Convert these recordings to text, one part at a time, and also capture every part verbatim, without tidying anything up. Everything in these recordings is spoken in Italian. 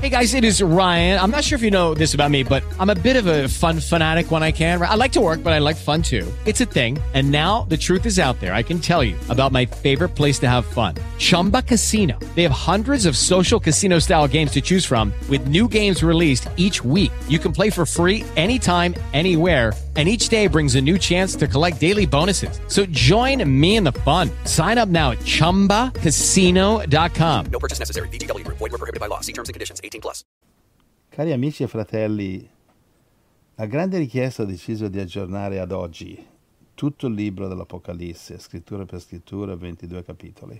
Hey guys, it is Ryan. I'm not sure if you know this about me, but I'm a bit of a fun fanatic when I can. I like to work, but I like fun too. It's a thing. And now the truth is out there. I can tell you about my favorite place to have fun. Chumba Casino. They have hundreds of social casino style games to choose from with new games released each week. You can play for free anytime, anywhere. And each day brings a new chance to collect daily bonuses. So join me in the fun. Sign up now at chumba casino dot com. No purchase necessary. V G W Group. Void where prohibited by law. See terms and conditions. eighteen plus. Cari amici e fratelli, a grande richiesta ho deciso di aggiornare ad oggi tutto il libro dell'Apocalisse, scrittura per scrittura, ventidue capitoli.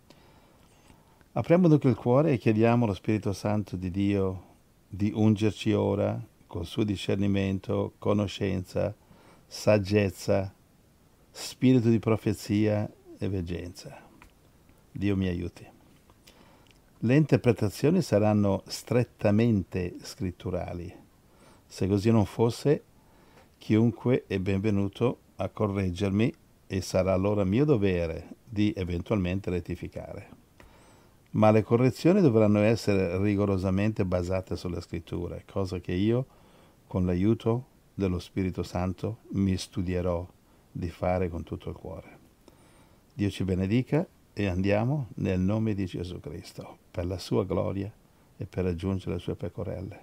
Apriamo dunque il cuore e chiediamo allo Spirito Santo di Dio di ungerci ora col suo discernimento, conoscenza, saggezza, spirito di profezia e veggenza. Dio mi aiuti. Le interpretazioni saranno strettamente scritturali. Se così non fosse, chiunque è benvenuto a correggermi e sarà allora mio dovere di eventualmente rettificare. Ma le correzioni dovranno essere rigorosamente basate sulle scritture, cosa che io, con l'aiuto dello Spirito Santo, mi studierò di fare con tutto il cuore. Dio ci benedica e andiamo nel nome di Gesù Cristo, per la sua gloria e per raggiungere le sue pecorelle.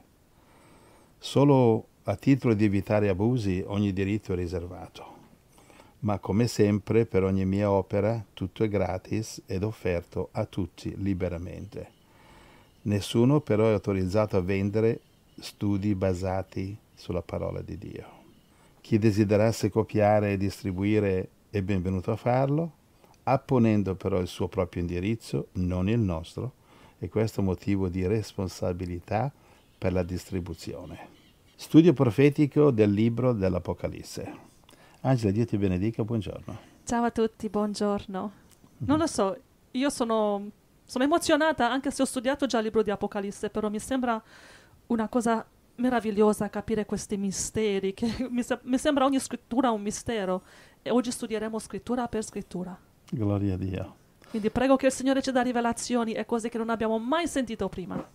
Solo a titolo di evitare abusi ogni diritto è riservato, ma come sempre per ogni mia opera tutto è gratis ed offerto a tutti liberamente. Nessuno però è autorizzato a vendere studi basati sulla parola di Dio. Chi desiderasse copiare e distribuire è benvenuto a farlo, apponendo però il suo proprio indirizzo, non il nostro, e questo motivo di responsabilità per la distribuzione. Studio profetico del libro dell'Apocalisse. Angela, Dio ti benedica, buongiorno. Ciao a tutti, buongiorno. Non lo so, io sono, sono emozionata anche se ho studiato già il libro di Apocalisse, però mi sembra una cosa meravigliosa capire questi misteri, che mi, se- mi sembra ogni scrittura un mistero, e oggi studieremo scrittura per scrittura. Gloria a Dio. Quindi prego che il Signore ci dà rivelazioni e cose che non abbiamo mai sentito prima.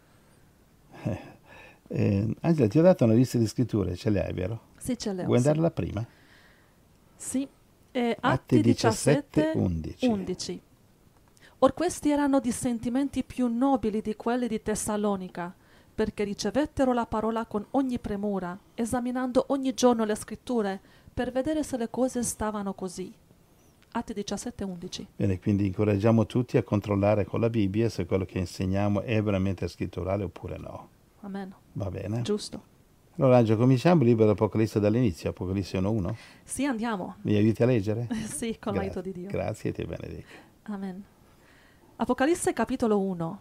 Eh, eh, Angela, ti ho dato una lista di scritture, ce le hai, vero? Sì, ce le ho. Vuoi sì. darla prima? Sì, eh, Atti, Atti diciassette, diciassette, undici. undici. Or questi erano di sentimenti più nobili di quelli di Tessalonica, perché ricevettero la parola con ogni premura, esaminando ogni giorno le scritture, per vedere se le cose stavano così. Atti diciassette, undici. Bene, quindi incoraggiamo tutti a controllare con la Bibbia se quello che insegniamo è veramente scritturale oppure no. Amen. Va bene? Giusto. Allora, Angelo, cominciamo il libro dell'Apocalisse dall'inizio, Apocalisse uno uno. Sì, andiamo. Mi aiuti a leggere? Sì, con Gra- l'aiuto di Dio. Grazie e ti benedica. Amen. Apocalisse capitolo uno,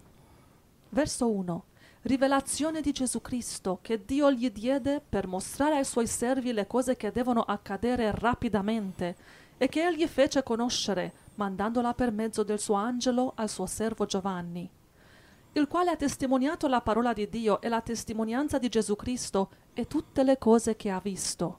verso uno. Rivelazione di Gesù Cristo che Dio gli diede per mostrare ai suoi servi le cose che devono accadere rapidamente e che egli fece conoscere, mandandola per mezzo del suo angelo al suo servo Giovanni, il quale ha testimoniato la parola di Dio e la testimonianza di Gesù Cristo e tutte le cose che ha visto.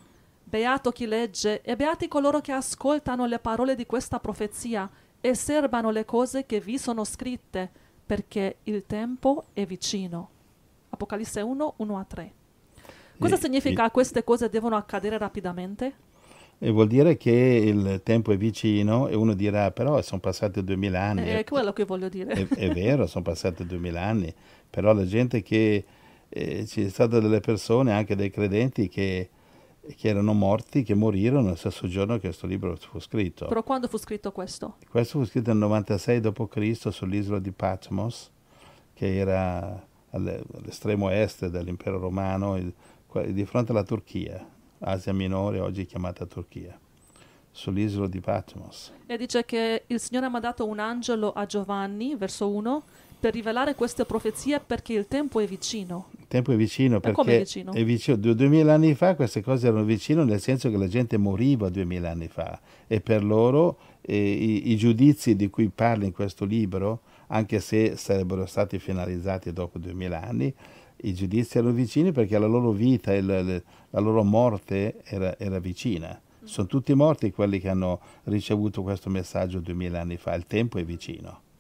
Beato chi legge e beati coloro che ascoltano le parole di questa profezia e serbano le cose che vi sono scritte, perché il tempo è vicino. Apocalisse uno, uno a tre. Cosa E- significa e- queste cose devono accadere rapidamente? E vuol dire che il tempo è vicino e uno dirà, però sono passati duemila anni. È quello che voglio dire. È, è vero, sono passati duemila anni, però la gente che eh, ci sono state delle persone, anche dei credenti, che, che erano morti, che morirono lo stesso giorno che questo libro fu scritto. Però quando fu scritto questo? Questo fu scritto nel novantasei dopo Cristo sull'isola di Patmos, che era alle- all'estremo est dell'impero romano, il- qua- di fronte alla Turchia, Asia Minore, oggi chiamata Turchia, sull'isola di Patmos. E dice che il Signore ha mandato un angelo a Giovanni, verso uno, per rivelare queste profezie perché il tempo è vicino. Il tempo è vicino perché come è vicino? è vicino. Du- duemila anni fa queste cose erano vicino nel senso che la gente moriva duemila anni fa e per loro eh, i, i giudizi di cui parla in questo libro, anche se sarebbero stati finalizzati dopo duemila anni, i giudizi erano vicini perché la loro vita e la, la- la loro morte era, era vicina. Sono tutti morti quelli che hanno ricevuto questo messaggio duemila anni fa, il tempo è vicino.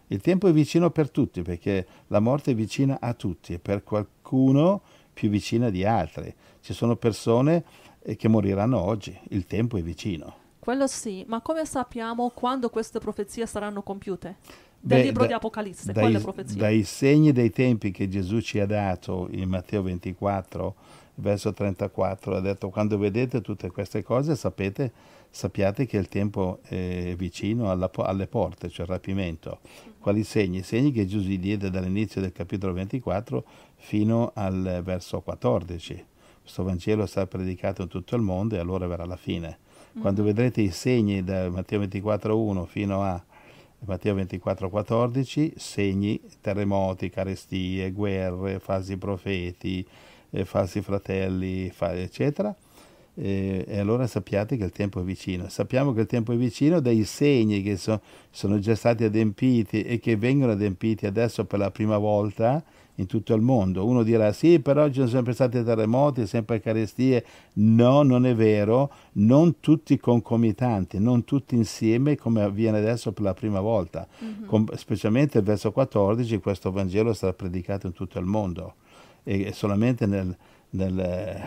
Il tempo è vicino per tutti, perché la morte è vicina a tutti e per qualcuno più vicina di altri. Ci sono persone eh, che moriranno oggi, il tempo è vicino. Quello sì, ma come sappiamo quando queste profezie saranno compiute? Del Beh, libro da- di Apocalisse, dai, quelle profezie? dai segni dei tempi che Gesù ci ha dato in Matteo ventiquattro, verso trentaquattro, ha detto: quando vedete tutte queste cose sapete, sappiate che il tempo è vicino alla po- alle porte, cioè il rapimento. Quali segni? I segni che Gesù gli diede dall'inizio del capitolo ventiquattro fino al verso quattordici. Questo Vangelo sarà predicato in tutto il mondo e allora verrà la fine. Quando vedrete i segni da Matteo ventiquattro uno fino a Matteo ventiquattro quattordici, segni, terremoti, carestie, guerre, falsi profeti, eh, falsi fratelli, fa- eccetera, eh, e allora sappiate che il tempo è vicino. Sappiamo che il tempo è vicino dai segni che so- sono già stati adempiti e che vengono adempiti adesso per la prima volta in tutto il mondo. Uno dirà: sì, però ci sono sempre stati terremoti, sempre carestie. No, non è vero, non tutti concomitanti, non tutti insieme come avviene adesso per la prima volta. Com- specialmente il verso quattordici, questo Vangelo sarà predicato in tutto il mondo e solamente nel, nel eh,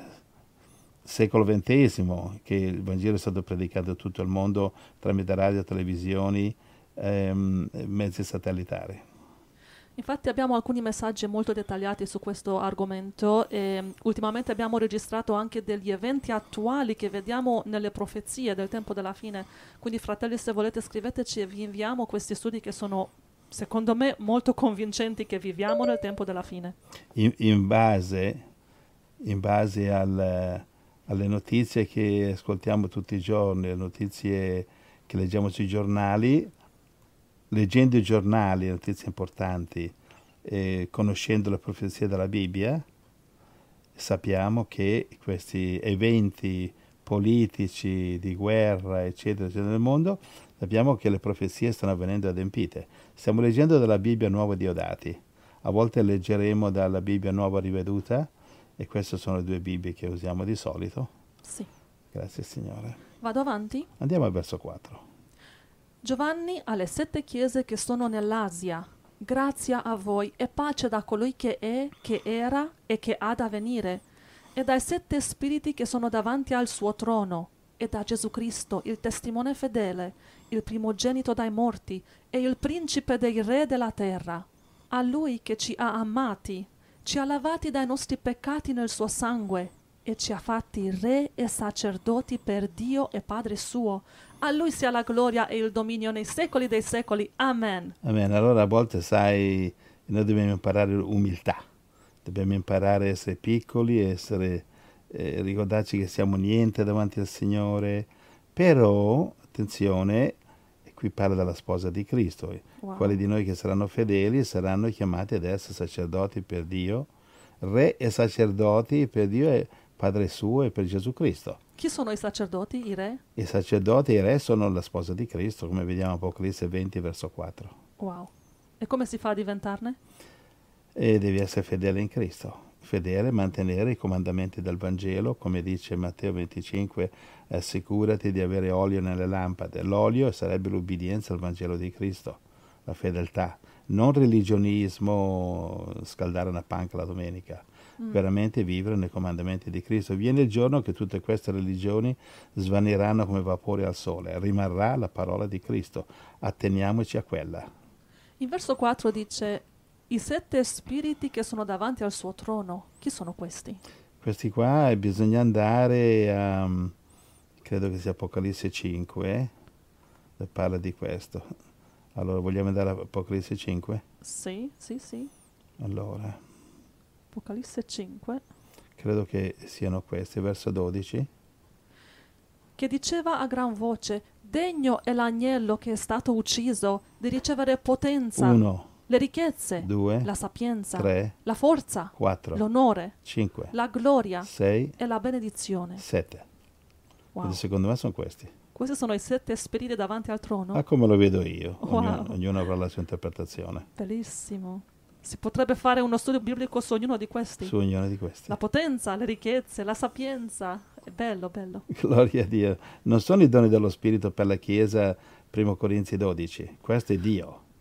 secolo ventesimo che il Vangelo è stato predicato in tutto il mondo tramite radio, televisioni, ehm, mezzi satellitari. Infatti abbiamo alcuni messaggi molto dettagliati su questo argomento e mm, ultimamente abbiamo registrato anche degli eventi attuali che vediamo nelle profezie del tempo della fine. Quindi fratelli, se volete scriveteci e vi inviamo questi studi che sono, secondo me, molto convincenti che viviamo nel tempo della fine. In, in base, in base al, alle notizie che ascoltiamo tutti i giorni, le notizie che leggiamo sui giornali, leggendo i giornali, notizie importanti, e conoscendo le profezie della Bibbia, sappiamo che questi eventi politici, di guerra, eccetera, eccetera, nel mondo, sappiamo che le profezie stanno avvenendo adempite. Stiamo leggendo dalla Bibbia Nuova Diodati, a volte leggeremo dalla Bibbia Nuova Riveduta, e queste sono le due Bibbie che usiamo di solito. Sì. Grazie Signore. Vado avanti? Andiamo al verso quattro. Giovanni alle sette chiese che sono nell'Asia. Grazia a voi e pace da colui che è, che era e che ha da venire, e dai sette spiriti che sono davanti al suo trono, e da Gesù Cristo, il testimone fedele, il primogenito dai morti, e il principe dei re della terra. A lui che ci ha amati, ci ha lavati dai nostri peccati nel suo sangue, e ci ha fatti re e sacerdoti per Dio e Padre suo. A lui sia la gloria e il dominio nei secoli dei secoli. Amen. Amen. Allora a volte, sai, noi dobbiamo imparare umiltà, dobbiamo imparare a essere piccoli, essere, eh, ricordarci che siamo niente davanti al Signore, però, attenzione, e qui parla della sposa di Cristo, Wow. quelli di noi che saranno fedeli saranno chiamati ad essere sacerdoti per Dio, re e sacerdoti per Dio e Padre suo e per Gesù Cristo. Chi sono i sacerdoti, i re? I sacerdoti e i re sono la sposa di Cristo, come vediamo in Apocalisse venti, verso quattro. Wow. E come si fa a diventarne? E devi essere fedele in Cristo, fedele, mantenere i comandamenti del Vangelo, come dice Matteo venticinque, assicurati di avere olio nelle lampade. L'olio sarebbe l'ubbidienza al Vangelo di Cristo, la fedeltà, non religionismo, scaldare una panca la domenica. Mm. Veramente vivere nei comandamenti di Cristo. Viene il giorno che tutte queste religioni svaniranno come vapore al sole, rimarrà la parola di Cristo, atteniamoci a quella. In verso quattro dice: i sette spiriti che sono davanti al suo trono. Chi sono questi? Questi qua bisogna andare a, credo che sia Apocalisse cinque, eh, parla di questo. Allora, vogliamo andare a Apocalisse cinque? Sì, sì, sì. Allora, Apocalisse cinque. credo che siano questi, verso dodici. Che diceva a gran voce: degno è l'agnello che è stato ucciso di ricevere potenza, uno, le ricchezze, due, la sapienza, tre, la forza, quattro, l'onore, cinque, la gloria sei, e la benedizione. sette. Wow. Quindi secondo me sono questi. Questi sono i sette spiriti davanti al trono. Ah, come lo vedo io. Wow. Ognuno, ognuno avrà la sua interpretazione Bellissimo. Si potrebbe fare uno studio biblico su ognuno di questi. su ognuno di questi. La potenza, le ricchezze, la sapienza. È bello, bello. Gloria a Dio. Non sono i doni dello Spirito per la Chiesa, primo Corinzi dodici. Questo è Dio.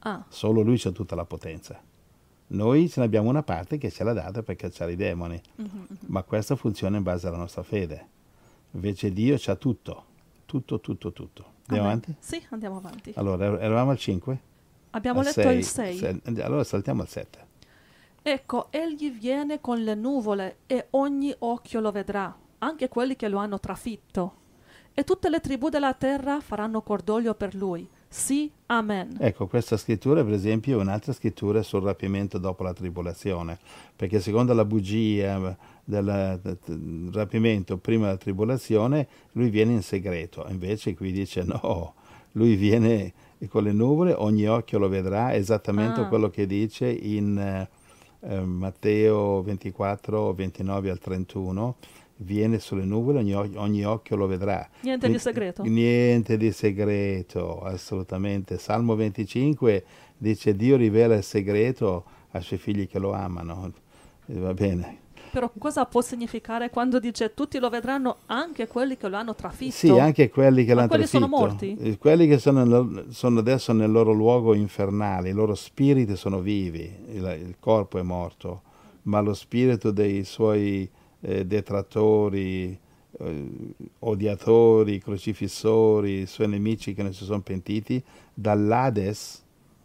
Ah, Solo lui c'ha tutta la potenza. Noi ce ne abbiamo una parte che ce l'ha data per cacciare i demoni, ma questo funziona in base alla nostra fede. Invece Dio c'ha tutto, tutto, tutto, tutto. Andiamo amen. avanti? Sì, andiamo avanti. Allora, er- eravamo al cinque? Abbiamo Al letto sei, il sei. se- allora saltiamo al sette. Ecco, egli viene con le nuvole e ogni occhio lo vedrà, anche quelli che lo hanno trafitto. E tutte le tribù della terra faranno cordoglio per lui. Sì, amen. Ecco, questa scrittura, per esempio, è un'altra scrittura sul rapimento dopo la tribolazione, perché secondo la bugia del, del rapimento prima della tribolazione, lui viene in segreto, invece qui dice no, lui viene con le nuvole, ogni occhio lo vedrà, esattamente Ah. quello che dice in eh, eh, Matteo ventiquattro, ventinove al trentuno, viene sulle nuvole, ogni, o- ogni occhio lo vedrà. Niente di Quindi- segreto. Niente di segreto, assolutamente. Salmo venticinque dice Dio rivela il segreto ai suoi figli che lo amano. E va bene. Però cosa può significare quando dice tutti lo vedranno, anche quelli che lo hanno trafitto? Sì, anche quelli che Ma l'hanno quelli sono trafitto. morti? Eh, Quelli che sono, nel- sono adesso nel loro luogo infernale, i loro spiriti sono vivi, il, il corpo è morto, ma lo spirito dei suoi eh, detrattori, eh, odiatori, crocifissori, i suoi nemici che non si sono pentiti, dall'Ades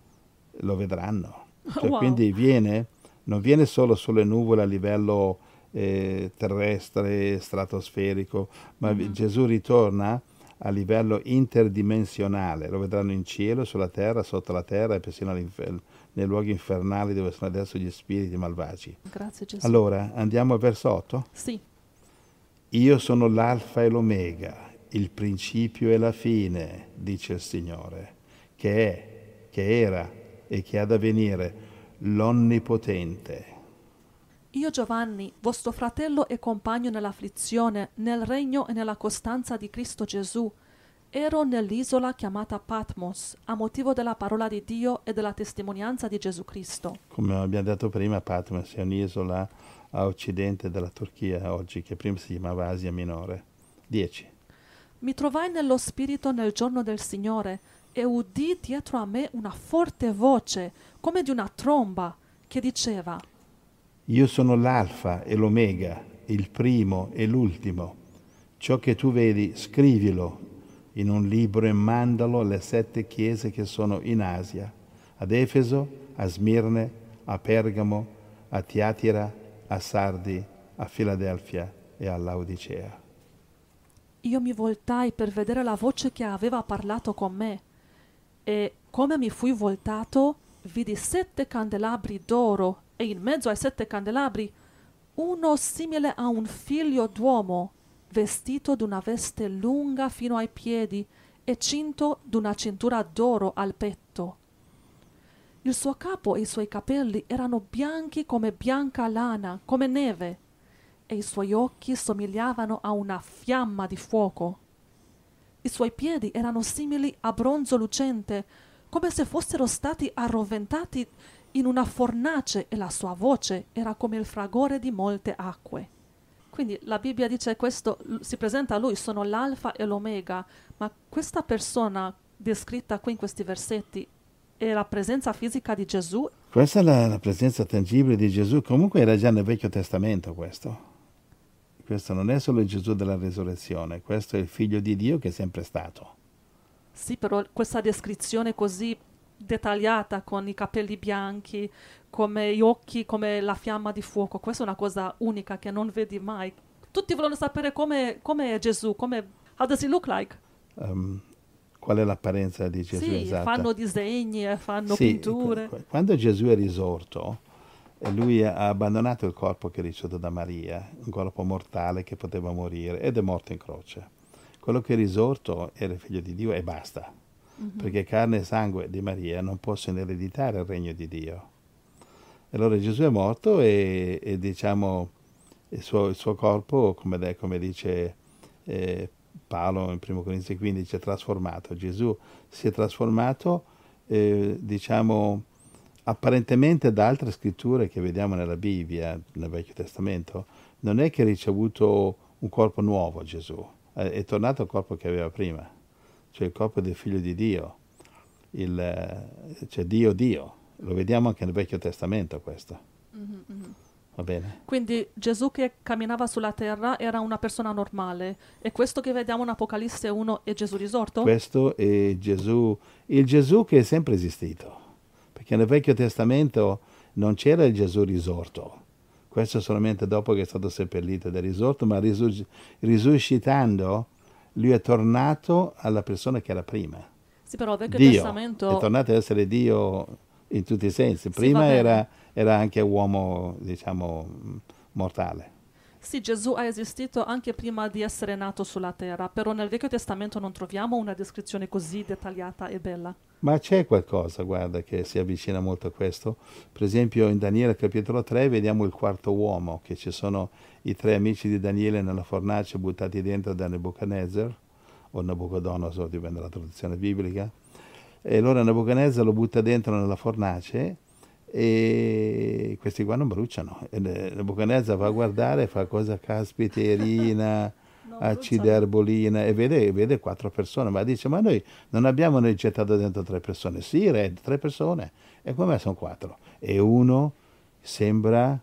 lo vedranno. Cioè, Wow. Quindi viene, non viene solo sulle nuvole a livello eh, terrestre, stratosferico, ma vi- Gesù ritorna a livello interdimensionale, lo vedranno in cielo, sulla terra, sotto la terra e persino all'infer- nei luoghi infernali dove sono adesso gli spiriti malvagi. Grazie Gesù. Allora, andiamo al verso otto. Sì, Io sono l'alfa e l'omega, il principio e la fine, dice il Signore, che è, che era e che ha da venire, l'Onnipotente. io Giovanni, vostro fratello e compagno nell'afflizione, nel regno e nella costanza di Cristo Gesù, ero nell'isola chiamata Patmos, a motivo della parola di Dio e della testimonianza di Gesù Cristo. Come abbiamo detto prima, Patmos è un'isola a occidente della Turchia oggi, che prima si chiamava Asia Minore. dieci. Mi trovai nello spirito nel giorno del Signore e udì dietro a me una forte voce, come di una tromba, che diceva: Io sono l'alfa e l'omega, il primo e l'ultimo. Ciò che tu vedi, scrivilo in un libro e mandalo alle sette chiese che sono in Asia, ad Efeso, a Smirne, a Pergamo, a Tiatira, a Sardi, a Filadelfia e a Laodicea. Io mi voltai per vedere la voce che aveva parlato con me, e come mi fui voltato, vidi sette candelabri d'oro, e in mezzo ai sette candelabri uno simile a un figlio d'uomo, vestito d'una veste lunga fino ai piedi e cinto d'una cintura d'oro al petto. Il suo capo e i suoi capelli erano bianchi come bianca lana, come neve, e i suoi occhi somigliavano a una fiamma di fuoco. I suoi piedi erano simili a bronzo lucente, come se fossero stati arroventati in una fornace, e la sua voce era come il fragore di molte acque. Quindi la Bibbia dice questo, l- si presenta a lui, sono l'alfa e l'omega, ma questa persona descritta qui in questi versetti è la presenza fisica di Gesù? Questa è la, la presenza tangibile di Gesù. Comunque era già nel Vecchio Testamento questo. Questo non è solo il Gesù della resurrezione, questo è il Figlio di Dio che è sempre stato. Sì, però questa descrizione così dettagliata, con i capelli bianchi, come gli occhi, come la fiamma di fuoco, questa è una cosa unica che non vedi mai. Tutti vogliono sapere come, come è Gesù, come, how does he look like? Um, qual è l'apparenza di Gesù sì, esatta? fanno disegni, eh, fanno Sì, pitture. qu- quando Gesù è risorto, e lui ha abbandonato il corpo che ha ricevuto da Maria, un corpo mortale che poteva morire, ed è morto in croce. Quello che è risorto era il Figlio di Dio e basta, perché carne e sangue di Maria non possono ereditare il regno di Dio. E allora Gesù è morto e, e diciamo il suo, il suo corpo, come, de- come dice eh, Paolo in primo Corinzi quindici, è trasformato. Gesù si è trasformato, eh, diciamo, apparentemente da altre scritture che vediamo nella Bibbia, nel Vecchio Testamento, non è che ha ricevuto un corpo nuovo Gesù, è, è tornato al corpo che aveva prima, cioè il corpo del Figlio di Dio. il, eh, cioè Dio Dio. Lo vediamo anche nel Vecchio Testamento questo. Mhm, mhm. Va bene? Quindi Gesù che camminava sulla terra era una persona normale e questo che vediamo in Apocalisse uno è Gesù risorto? Questo è Gesù, il Gesù che è sempre esistito, perché nel Vecchio Testamento non c'era il Gesù risorto, questo solamente dopo che è stato seppellito ed è risorto, ma risus- risuscitando lui è tornato alla persona che era prima. Sì, però il Vecchio Dio, Testamento... è tornato ad essere Dio in tutti i sensi, Sì, prima va bene. era, era anche uomo, diciamo, mortale. Sì, Gesù ha esistito anche prima di essere nato sulla terra, però nel Vecchio Testamento non troviamo una descrizione così dettagliata e bella. Ma c'è qualcosa, guarda, che si avvicina molto a questo. Per esempio in Daniele capitolo tre vediamo il quarto uomo, che ci sono i tre amici di Daniele nella fornace buttati dentro da Nebuchadnezzar, o Nabucodonosor, dipende dalla traduzione biblica. E allora Nebuchadnezzar lo butta dentro nella fornace e questi qua non bruciano. E Nebuchadnezzar va a guardare e fa cosa caspiterina, No, acciderbolina e vede, vede quattro persone, ma dice ma noi non abbiamo noi gettato dentro tre persone. Sì, re, tre persone, e come sono quattro? E uno sembra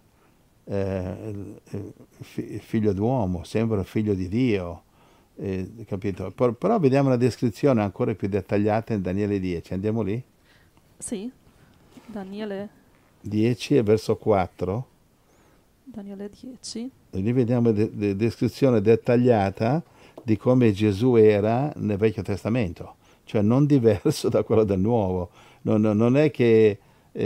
eh, fi- figlio d'uomo, sembra figlio di Dio, eh, capito? Però, però vediamo una descrizione ancora più dettagliata in Daniele dieci, andiamo lì? Sì, Daniele, dieci e verso quattro. Daniele dieci. E lì vediamo la de- de- descrizione dettagliata di come Gesù era nel Vecchio Testamento, cioè non diverso da quello del Nuovo. Non, non- non è che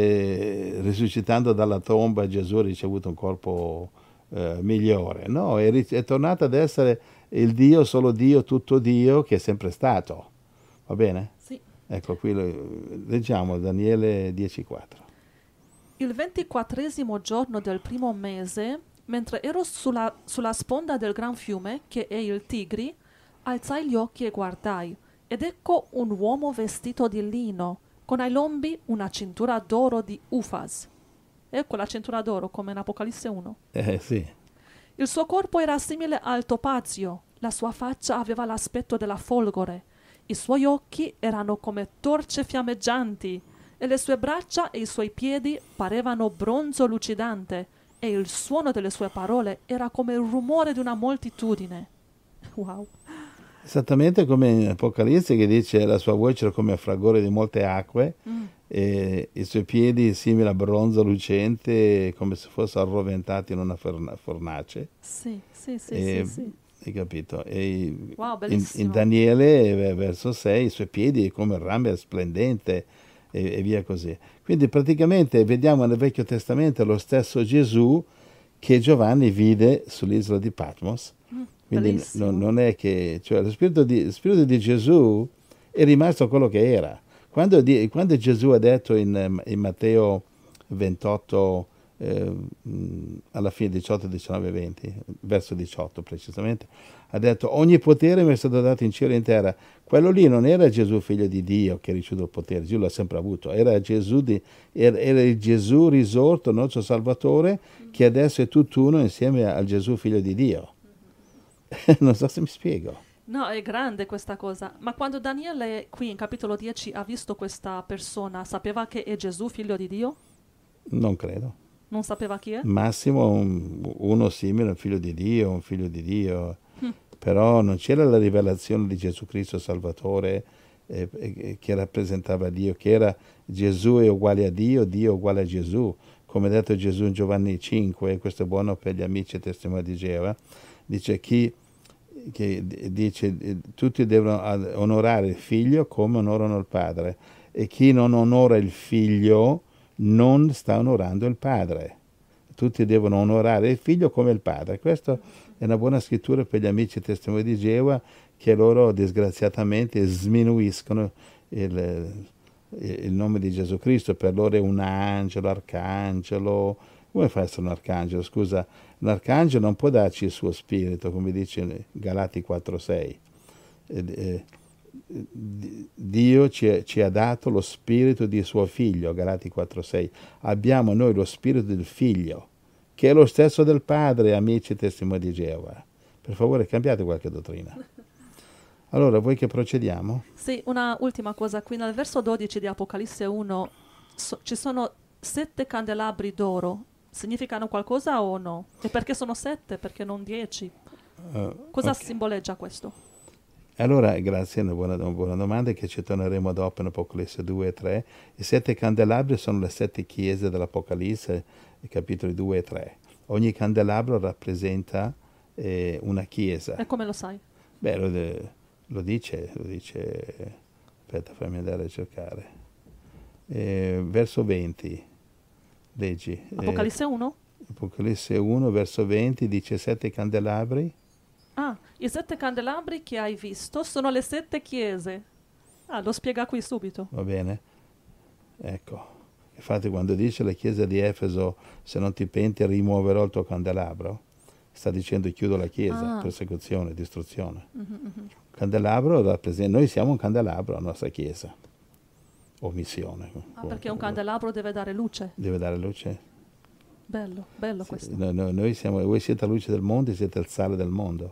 eh, risuscitando dalla tomba Gesù ha ricevuto un corpo eh, migliore, no, è, ri- è tornato ad essere il Dio, solo Dio, tutto Dio che è sempre stato. Va bene? Sì. Ecco, qui lo- leggiamo Daniele dieci quattro. Il ventiquattresimo giorno del primo mese, mentre ero sulla, sulla sponda del gran fiume, che è il Tigri, alzai gli occhi e guardai, ed ecco un uomo vestito di lino, con ai lombi una cintura d'oro di Ufaz. Ecco la cintura d'oro, come in Apocalisse uno. Eh sì. Il suo corpo era simile al topazio, la sua faccia aveva l'aspetto della folgore, i suoi occhi erano come torce fiammeggianti, e le sue braccia e i suoi piedi parevano bronzo lucidante, e il suono delle sue parole era come il rumore di una moltitudine. Wow. Esattamente come in Apocalisse che dice la sua voce era come il fragore di molte acque Mm. e i suoi piedi simili a bronzo lucente come se fossero arroventati in una forna- fornace. Sì, sì, sì, E- sì, sì. Hai capito? E Wow, in, bellissimo. in Daniele, eh, verso sei, i suoi piedi come il rame splendente e, e via così. Quindi praticamente vediamo nel Vecchio Testamento lo stesso Gesù che Giovanni vide sull'isola di Patmos. Mm, Quindi bellissimo. non, non è che, cioè lo spirito di, lo spirito di Gesù è rimasto quello che era. Quando, di- quando Gesù ha detto in, in Matteo ventotto, eh, mh, alla fine diciotto, diciannove, venti, verso diciotto precisamente, ha detto ogni potere mi è stato dato in cielo e in terra. Quello lì non era Gesù figlio di Dio che ha ricevuto il potere, Gesù l'ha sempre avuto, era Gesù, di, era, era il Gesù risorto, nostro Salvatore, che adesso è tutt'uno insieme al Gesù figlio di Dio. Non so se mi spiego. No, è grande questa cosa. Ma quando Daniele qui in capitolo dieci ha visto questa persona, sapeva che è Gesù, figlio di Dio? Non credo. Non sapeva chi è? Massimo un- uno simile, un figlio di Dio, un figlio di Dio. Mm. Però non c'era la rivelazione di Gesù Cristo Salvatore eh, eh, che rappresentava Dio, che era Gesù è uguale a Dio, Dio è uguale a Gesù. Come ha detto Gesù in Giovanni cinque, questo è buono per gli amici e testimoni di Geova, dice chi che d- dice eh, tutti devono ad- onorare il figlio come onorano il padre e chi non onora il figlio non sta onorando il padre. Tutti devono onorare il figlio come il padre. Questa è una buona scrittura per gli amici e testimoni di Geova che loro disgraziatamente sminuiscono il, il nome di Gesù Cristo. Per loro è un angelo, arcangelo. Come fa a essere un arcangelo? Scusa, un arcangelo non può darci il suo spirito, come dice Galati quattro sei. Eh, eh, Dio ci, è- ci ha dato lo spirito di suo figlio, Galati quattro sei. Abbiamo noi lo spirito del figlio, che è lo stesso del padre, amici e testimoni di Geova. Per favore, cambiate qualche dottrina. Allora, vuoi che procediamo? Sì, una ultima cosa, qui nel verso dodici di Apocalisse uno so- ci sono sette candelabri d'oro. Significano qualcosa o no? E perché sono sette? Perché non dieci? Uh, Cosa ok. simboleggia questo? Allora, grazie, è una buona, una buona domanda che ci torneremo dopo in Apocalisse due e tre. I sette candelabri sono le sette chiese dell'Apocalisse, i capitoli due e tre. Ogni candelabro rappresenta eh, una chiesa. E come lo sai? Beh, lo, lo dice, lo dice, aspetta, fammi andare a cercare. Eh, verso venti, leggi. eh, Apocalisse uno? Apocalisse uno, verso venti, dice sette candelabri. Ah, i sette candelabri che hai visto sono le sette chiese. Ah, lo spiega qui subito. Va bene? Ecco. Infatti quando dice la chiesa di Efeso, se non ti penti rimuoverò il tuo candelabro, sta dicendo chiudo la chiesa, Ah. persecuzione, distruzione. Mhm, mhm. Candelabro rappresenta, noi siamo un candelabro alla nostra chiesa, o missione. Ah, perché un candelabro deve dare luce. Deve dare luce. Bello, bello questo. No, no, noi siamo, voi siete la luce del mondo e siete il sale del mondo.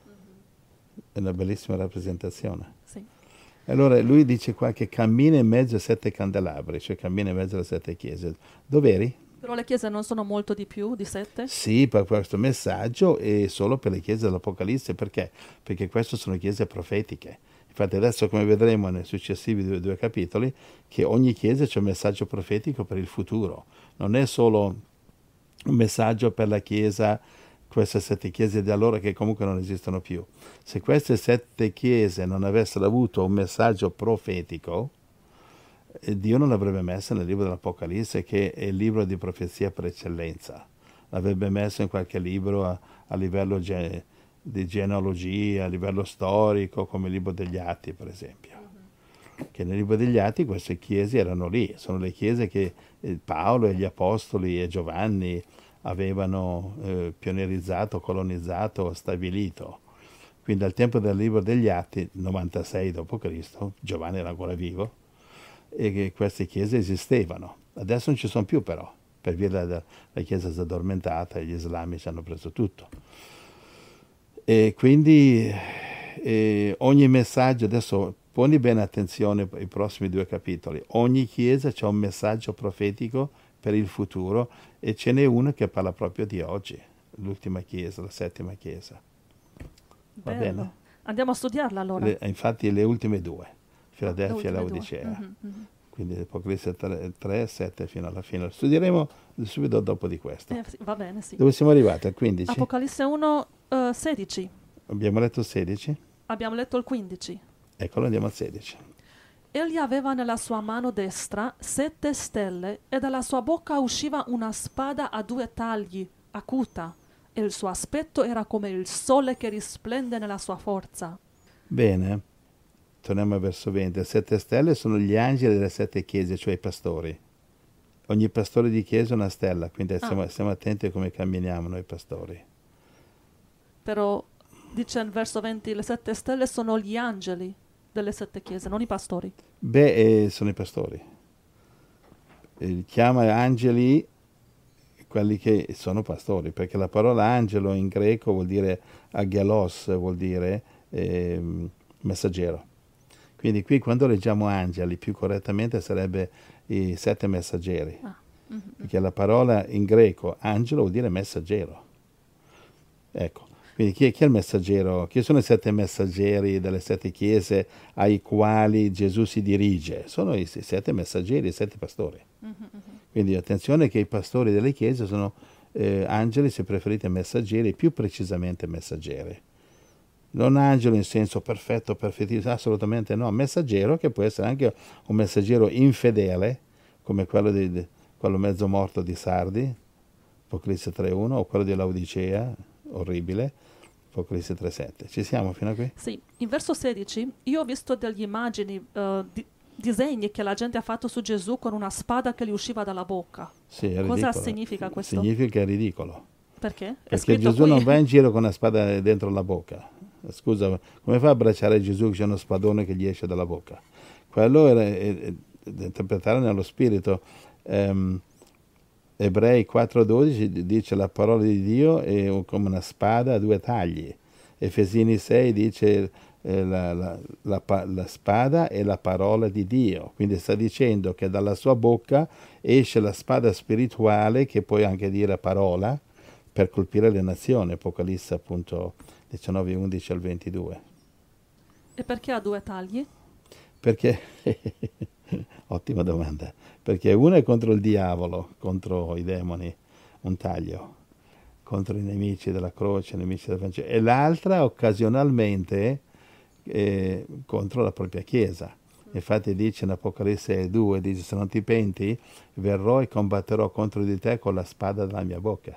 È una bellissima rappresentazione. Sì. Allora lui dice qua che cammina in mezzo a sette candelabri, cioè cammina in mezzo alle sette chiese. Dov'eri? Però le chiese non sono molto di più, di sette? Sì, per questo messaggio è solo per le chiese dell'Apocalisse. Perché? Perché queste sono chiese profetiche. Infatti adesso, come vedremo nei successivi due, due capitoli, che ogni chiesa c'è un messaggio profetico per il futuro. Non è solo un messaggio per la chiesa, queste sette chiese di allora che comunque non esistono più. Se queste sette chiese non avessero avuto un messaggio profetico, eh, Dio non l'avrebbe messo nel libro dell'Apocalisse, che è il libro di profezia per eccellenza. L'avrebbe messo in qualche libro a, a livello ge- di genealogia, a livello storico, come il libro degli Atti, per esempio. Che nel libro degli Atti queste chiese erano lì, sono le chiese che eh, Paolo e gli Apostoli e Giovanni avevano eh, pionierizzato, colonizzato, stabilito. Quindi al tempo del libro degli Atti, novantasei dopo Cristo, Giovanni era ancora vivo, e che queste chiese esistevano. Adesso non ci sono più però, per via della la chiesa si è addormentata e gli islamici hanno preso tutto. E quindi eh, ogni messaggio, adesso poni bene attenzione ai prossimi due capitoli, ogni chiesa c'è un messaggio profetico per il futuro e ce n'è uno che parla proprio di oggi, l'ultima chiesa, la settima chiesa. Va Bello. bene? Andiamo a studiarla allora. Le- infatti le ultime due, Filadelfia e Le ultime Laodicea. due. Mhm, mhm. Quindi Apocalisse tre, sette fino alla fine. Lo studieremo subito dopo di questo. Eh, sì, va bene, sì. Dove siamo arrivati? Al quindici? Apocalisse uno, eh, sedici. Abbiamo letto il sedici? Abbiamo letto il quindici. Eccolo, andiamo al sedici. Egli aveva nella sua mano destra sette stelle e dalla sua bocca usciva una spada a due tagli, acuta, e il suo aspetto era come il sole che risplende nella sua forza. Bene, torniamo al verso venti. Le sette stelle sono gli angeli delle sette chiese, cioè i pastori. Ogni pastore di chiesa è una stella, quindi stiamo, Ah. stiamo attenti a come camminiamo noi pastori. Però dice nel verso venti, le sette stelle sono gli angeli delle sette chiese, non i pastori. Beh, eh, sono i pastori. Eh, chiama angeli quelli che sono pastori, perché la parola angelo in greco vuol dire agelos, vuol dire ehm, messaggero. Quindi qui quando leggiamo angeli, più correttamente sarebbe i sette messaggeri, Ah. Mhm. perché la parola in greco angelo vuol dire messaggero. Ecco, quindi chi è, chi è il messaggero? Chi sono i sette messaggeri delle sette chiese ai quali Gesù si dirige? Sono i s- sette messaggeri, i sette pastori. Mhm, mhm. Quindi attenzione che i pastori delle chiese sono eh, angeli, se preferite messaggeri, più precisamente messaggeri. Non angelo in senso perfetto, perfettissimo, assolutamente no. Messaggero che può essere anche un messaggero infedele, come quello, di, di- quello mezzo morto di Sardi, Apocalisse tre uno, o quello di Laodicea, orribile, Apocalisse tre sette. Ci siamo fino a qui? Sì, in verso sedici io ho visto delle immagini, eh, di- disegni che la gente ha fatto su Gesù con una spada che gli usciva dalla bocca. Sì, è Cosa ridicolo. significa questo? Significa che è ridicolo. Perché? È Perché scritto Gesù qui. non va in giro con una spada dentro la bocca. Scusa, come fa a abbracciare Gesù che c'è uno spadone che gli esce dalla bocca? Quello era è- è- da interpretare nello spirito. Ehm, Ebrei quattro dodici dice la parola di Dio è un- come una spada a due tagli. Efesini sei dice eh, la, la, la, pa- la spada è la parola di Dio, quindi sta dicendo che dalla sua bocca esce la spada spirituale, che puoi anche dire parola, per colpire le nazioni, Apocalisse appunto diciannove, undici al ventidue. E perché ha due tagli? Perché, ottima domanda, perché uno è contro il diavolo, contro i demoni, un taglio, contro i nemici della croce, i nemici del Vangelo, e l'altra occasionalmente eh, contro la propria Chiesa. Infatti dice in Apocalisse due, dice: se non ti penti, verrò e combatterò contro di te con la spada della mia bocca.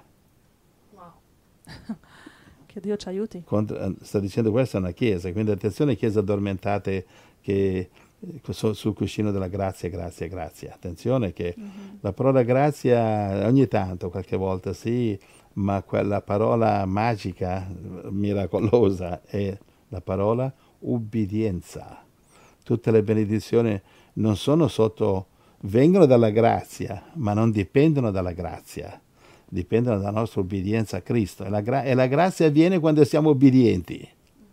Che Dio ci aiuti. Contro, sta dicendo questa è una chiesa, quindi attenzione, chiese addormentate che sul, sul cuscino della grazia, grazia, grazia. Attenzione che mm-hmm. la parola grazia ogni tanto, qualche volta sì, ma quella parola magica, miracolosa, è la parola ubbidienza. Tutte le benedizioni non sono sotto, vengono dalla grazia, ma non dipendono dalla grazia. Dipendono dalla nostra obbedienza a Cristo, e la, gra- e la grazia avviene quando siamo obbedienti.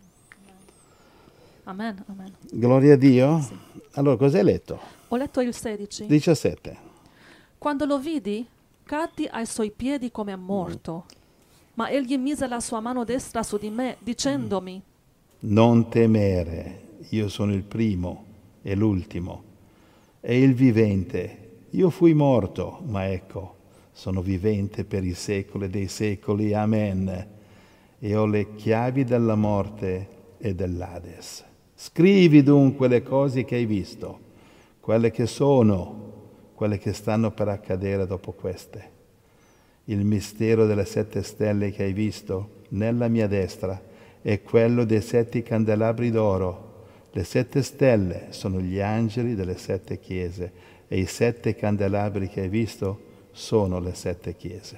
Amen, amen. Gloria a Dio. Sì. Allora, cos'hai letto? Ho letto il sedici. diciassette. Quando lo vidi, caddi ai suoi piedi come morto, mm. ma egli mise la sua mano destra su di me, dicendomi: non temere, io sono il primo e l'ultimo, e il vivente. Io fui morto, ma ecco, sono vivente per i secoli dei secoli. Amen. E ho le chiavi della morte e dell'Ades. Scrivi dunque le cose che hai visto, quelle che sono, quelle che stanno per accadere dopo queste. Il mistero delle sette stelle che hai visto nella mia destra è quello dei sette candelabri d'oro. Le sette stelle sono gli angeli delle sette chiese, e i sette candelabri che hai visto sono le sette chiese.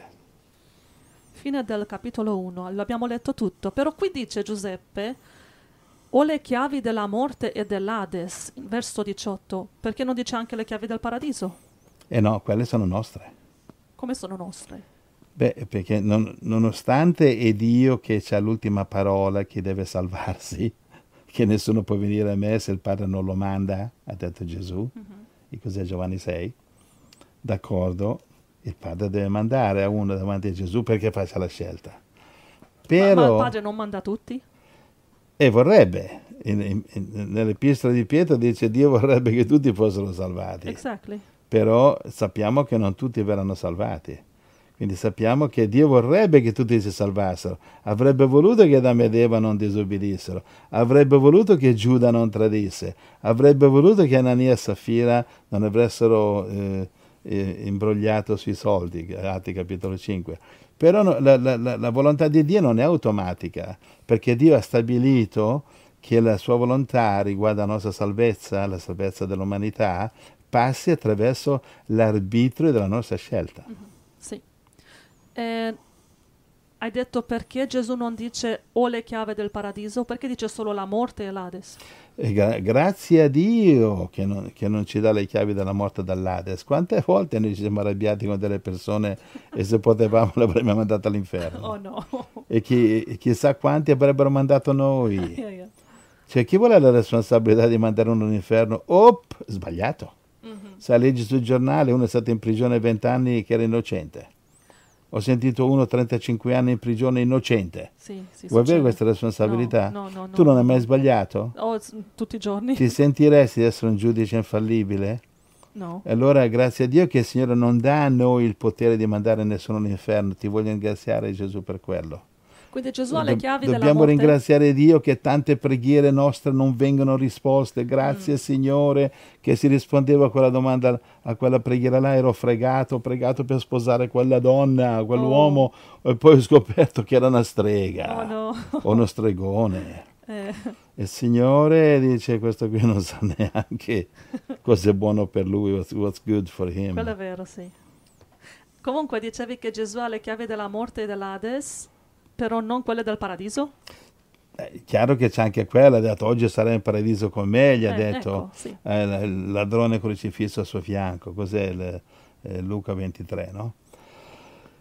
Fine del capitolo uno, l'abbiamo letto tutto, però qui dice Giuseppe: ho le chiavi della morte e dell'Ades, verso diciotto, perché non dice anche le chiavi del paradiso? Eh no, quelle sono nostre. Come sono nostre? Beh, perché non, nonostante è Dio che c'ha l'ultima parola, che deve salvarsi, che nessuno può venire a me se il Padre non lo manda, ha detto Gesù, mm-hmm. e cos'è Giovanni sei? D'accordo, il Padre deve mandare a uno davanti a Gesù perché faccia la scelta. Però, ma, ma il Padre non manda tutti? E vorrebbe. In, in, in, nell'epistola di Pietro dice: Dio vorrebbe che tutti fossero salvati. Exactly. Però sappiamo che non tutti verranno salvati. Quindi sappiamo che Dio vorrebbe che tutti si salvassero. Avrebbe voluto che Adamo ed Eva non disobbedissero. Avrebbe voluto che Giuda non tradisse. Avrebbe voluto che Anania e Safira non avessero eh, eh, imbrogliato sui soldi. Atti capitolo cinque. Però no, la, la, la volontà di Dio non è automatica, perché Dio ha stabilito che la sua volontà riguardo la nostra salvezza, la salvezza dell'umanità, passi attraverso l'arbitrio della nostra scelta. Mm-hmm. Sì. Eh, hai detto perché Gesù non dice ho le chiavi del paradiso, perché dice solo la morte e l'Ades? E gra- grazie a Dio che non, che non ci dà le chiavi della morte e dell'Ades. Quante volte noi ci siamo arrabbiati con delle persone e se potevamo l'avremmo mandato all'inferno. Oh no. E chi, chissà quanti avrebbero mandato noi. yeah, yeah. Cioè, chi vuole la responsabilità di mandare uno all'inferno? Op, sbagliato. Mm-hmm. Se leggi sul giornale, uno è stato in prigione vent'anni che era innocente. Ho sentito uno trentacinque anni in prigione innocente. Sì, sì, vuoi avere succede. questa responsabilità? No, no, no, tu non no, hai mai no. sbagliato? Oh, tutti i giorni. Ti sentiresti di essere un giudice infallibile? No. E allora grazie a Dio che il Signore non dà a noi il potere di mandare nessuno all'inferno. Ti voglio ringraziare, Gesù, per quello. Quindi Gesù ha le chiavi Do- della dobbiamo morte. ringraziare Dio che tante preghiere nostre non vengono risposte. Grazie mm. Signore che si rispondeva a quella domanda, a quella preghiera là. Ero fregato, ho pregato per sposare quella donna, quell'uomo, oh. e poi ho scoperto che era una strega oh, no. o uno stregone. Eh. Il Signore dice: questo qui non sa neanche cosa è buono per lui, what's, what's good for him. Quello è vero, sì. Comunque dicevi che Gesù ha le chiavi della morte e dell'Ades, però non quelle del paradiso? È chiaro che c'è anche quella, ha detto oggi sarai in paradiso con me, gli ha eh, detto ecco, sì. eh, il ladrone crocifisso al suo fianco, cos'è il, eh, Luca ventitré, no?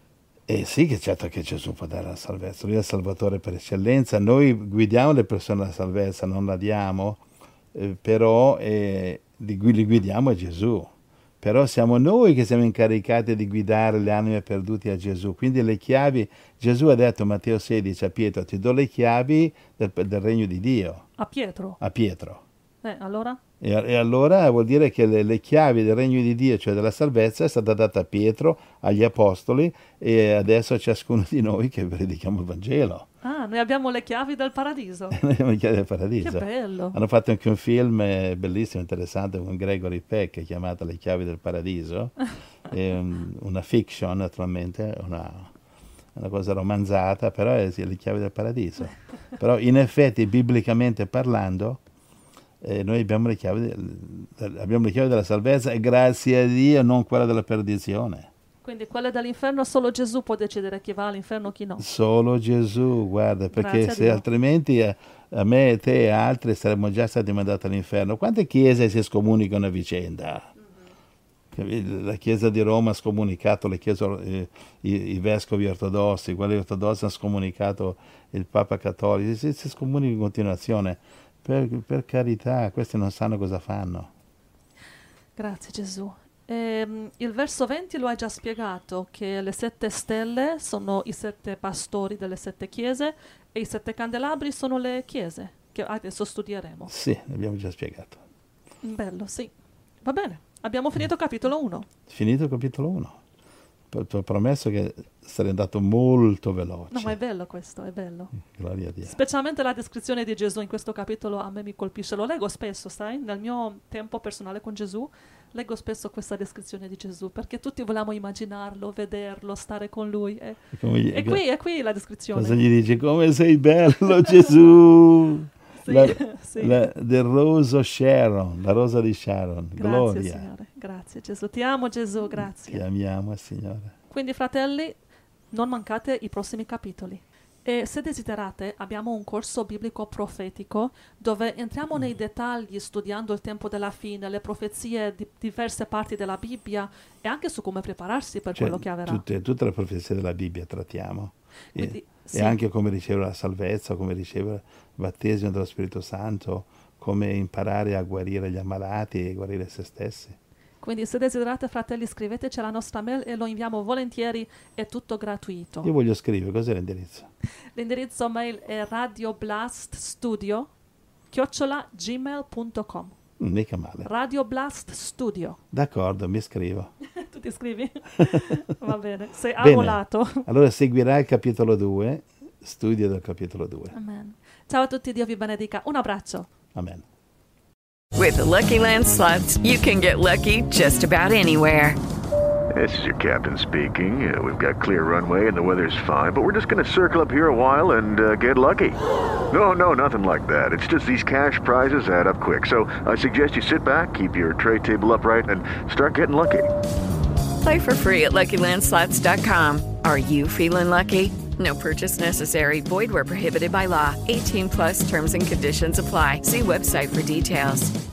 E sì, che certo che Gesù può dare la salvezza, lui è il Salvatore per eccellenza, noi guidiamo le persone alla salvezza, non la diamo, eh, però eh, li, li guidiamo a Gesù. Però siamo noi che siamo incaricati di guidare le anime perdute a Gesù. Quindi le chiavi, Gesù ha detto, Matteo sedici, a Pietro, ti do le chiavi del, del regno di Dio. A Pietro? A Pietro. Eh, allora? E, e allora vuol dire che le, le chiavi del regno di Dio, cioè della salvezza, è stata data a Pietro, agli apostoli, e adesso a ciascuno di noi che predichiamo il Vangelo. Ah, noi abbiamo le chiavi del paradiso. Noi abbiamo le chiavi del paradiso. Che bello. Hanno fatto anche un film eh, bellissimo, interessante, con Gregory Peck, chiamato Le chiavi del paradiso. È un, una fiction, naturalmente, una, una cosa romanzata, però è sì, le chiavi del paradiso. Però in effetti, biblicamente parlando, eh, noi abbiamo le, chiavi del, abbiamo le chiavi della salvezza e grazie a Dio non quella della perdizione. Quindi quelle dall'inferno solo Gesù può decidere chi va all'inferno e chi no. Solo Gesù, guarda, perché se Dio. altrimenti a, a me, te e altri saremmo già stati mandati all'inferno. Quante chiese si scomunicano a vicenda? Mm-hmm. La Chiesa di Roma ha scomunicato le chiese, eh, i, i vescovi ortodossi, quelli ortodossi hanno scomunicato il Papa cattolico, si, si scomunica in continuazione. Per, per carità, questi non sanno cosa fanno. Grazie Gesù. Ehm, il verso venti lo hai già spiegato, che le sette stelle sono i sette pastori delle sette chiese e i sette candelabri sono le chiese, che adesso studieremo. Sì, l'abbiamo già spiegato. Bello, sì. Va bene, abbiamo finito capitolo uno. Finito il capitolo uno. Ti ho promesso che sarei andato molto veloce. No, ma è bello questo, è bello. Gloria a Dio. Specialmente la descrizione di Gesù in questo capitolo a me mi colpisce. Lo leggo spesso, sai? Nel mio tempo personale con Gesù leggo spesso questa descrizione di Gesù, perché tutti vogliamo immaginarlo, vederlo, stare con lui. E, gli, e qui, è qui la descrizione. Cosa gli dice? Come sei bello, Gesù! Sì, la, sì. La, del roso Sharon, la rosa di Sharon. Grazie, Gloria. Signore. Grazie, Gesù. Ti amo, Gesù. Grazie. Ti amiamo, Signore. Quindi, fratelli, non mancate i prossimi capitoli. E se desiderate, abbiamo un corso biblico profetico dove entriamo nei dettagli studiando il tempo della fine, le profezie di diverse parti della Bibbia e anche su come prepararsi per Cioè, quello che avverrà. Tutte, tutte le profezie della Bibbia trattiamo. Quindi, e, sì. e anche come ricevere la salvezza, come ricevere il battesimo dello Spirito Santo, come imparare a guarire gli ammalati e guarire se stessi. Quindi se desiderate, fratelli, scriveteci alla nostra mail e lo inviamo volentieri, è tutto gratuito. Io voglio scrivere, cos'è l'indirizzo? L'indirizzo mail è radioblaststudio chiocciola gmail punto com. Mica male. Radioblaststudio. D'accordo, mi scrivo. Tu ti scrivi? Va bene, sei Bene. arruolato. Allora seguirà il capitolo due, studio del capitolo due. Amen. Ciao a tutti, Dio vi benedica. Un abbraccio. Amen. With the Lucky Land Slots, you can get lucky just about anywhere. This is your captain speaking. Uh, we've got clear runway and the weather's fine, but we're just going to circle up here a while and uh, get lucky. No, no, nothing like that. It's just these cash prizes add up quick. So I suggest you sit back, keep your tray table upright, and start getting lucky. Play for free at Lucky Land Slots dot com. Are you feeling lucky? No purchase necessary. Void where prohibited by law. eighteen plus terms and conditions apply. See website for details.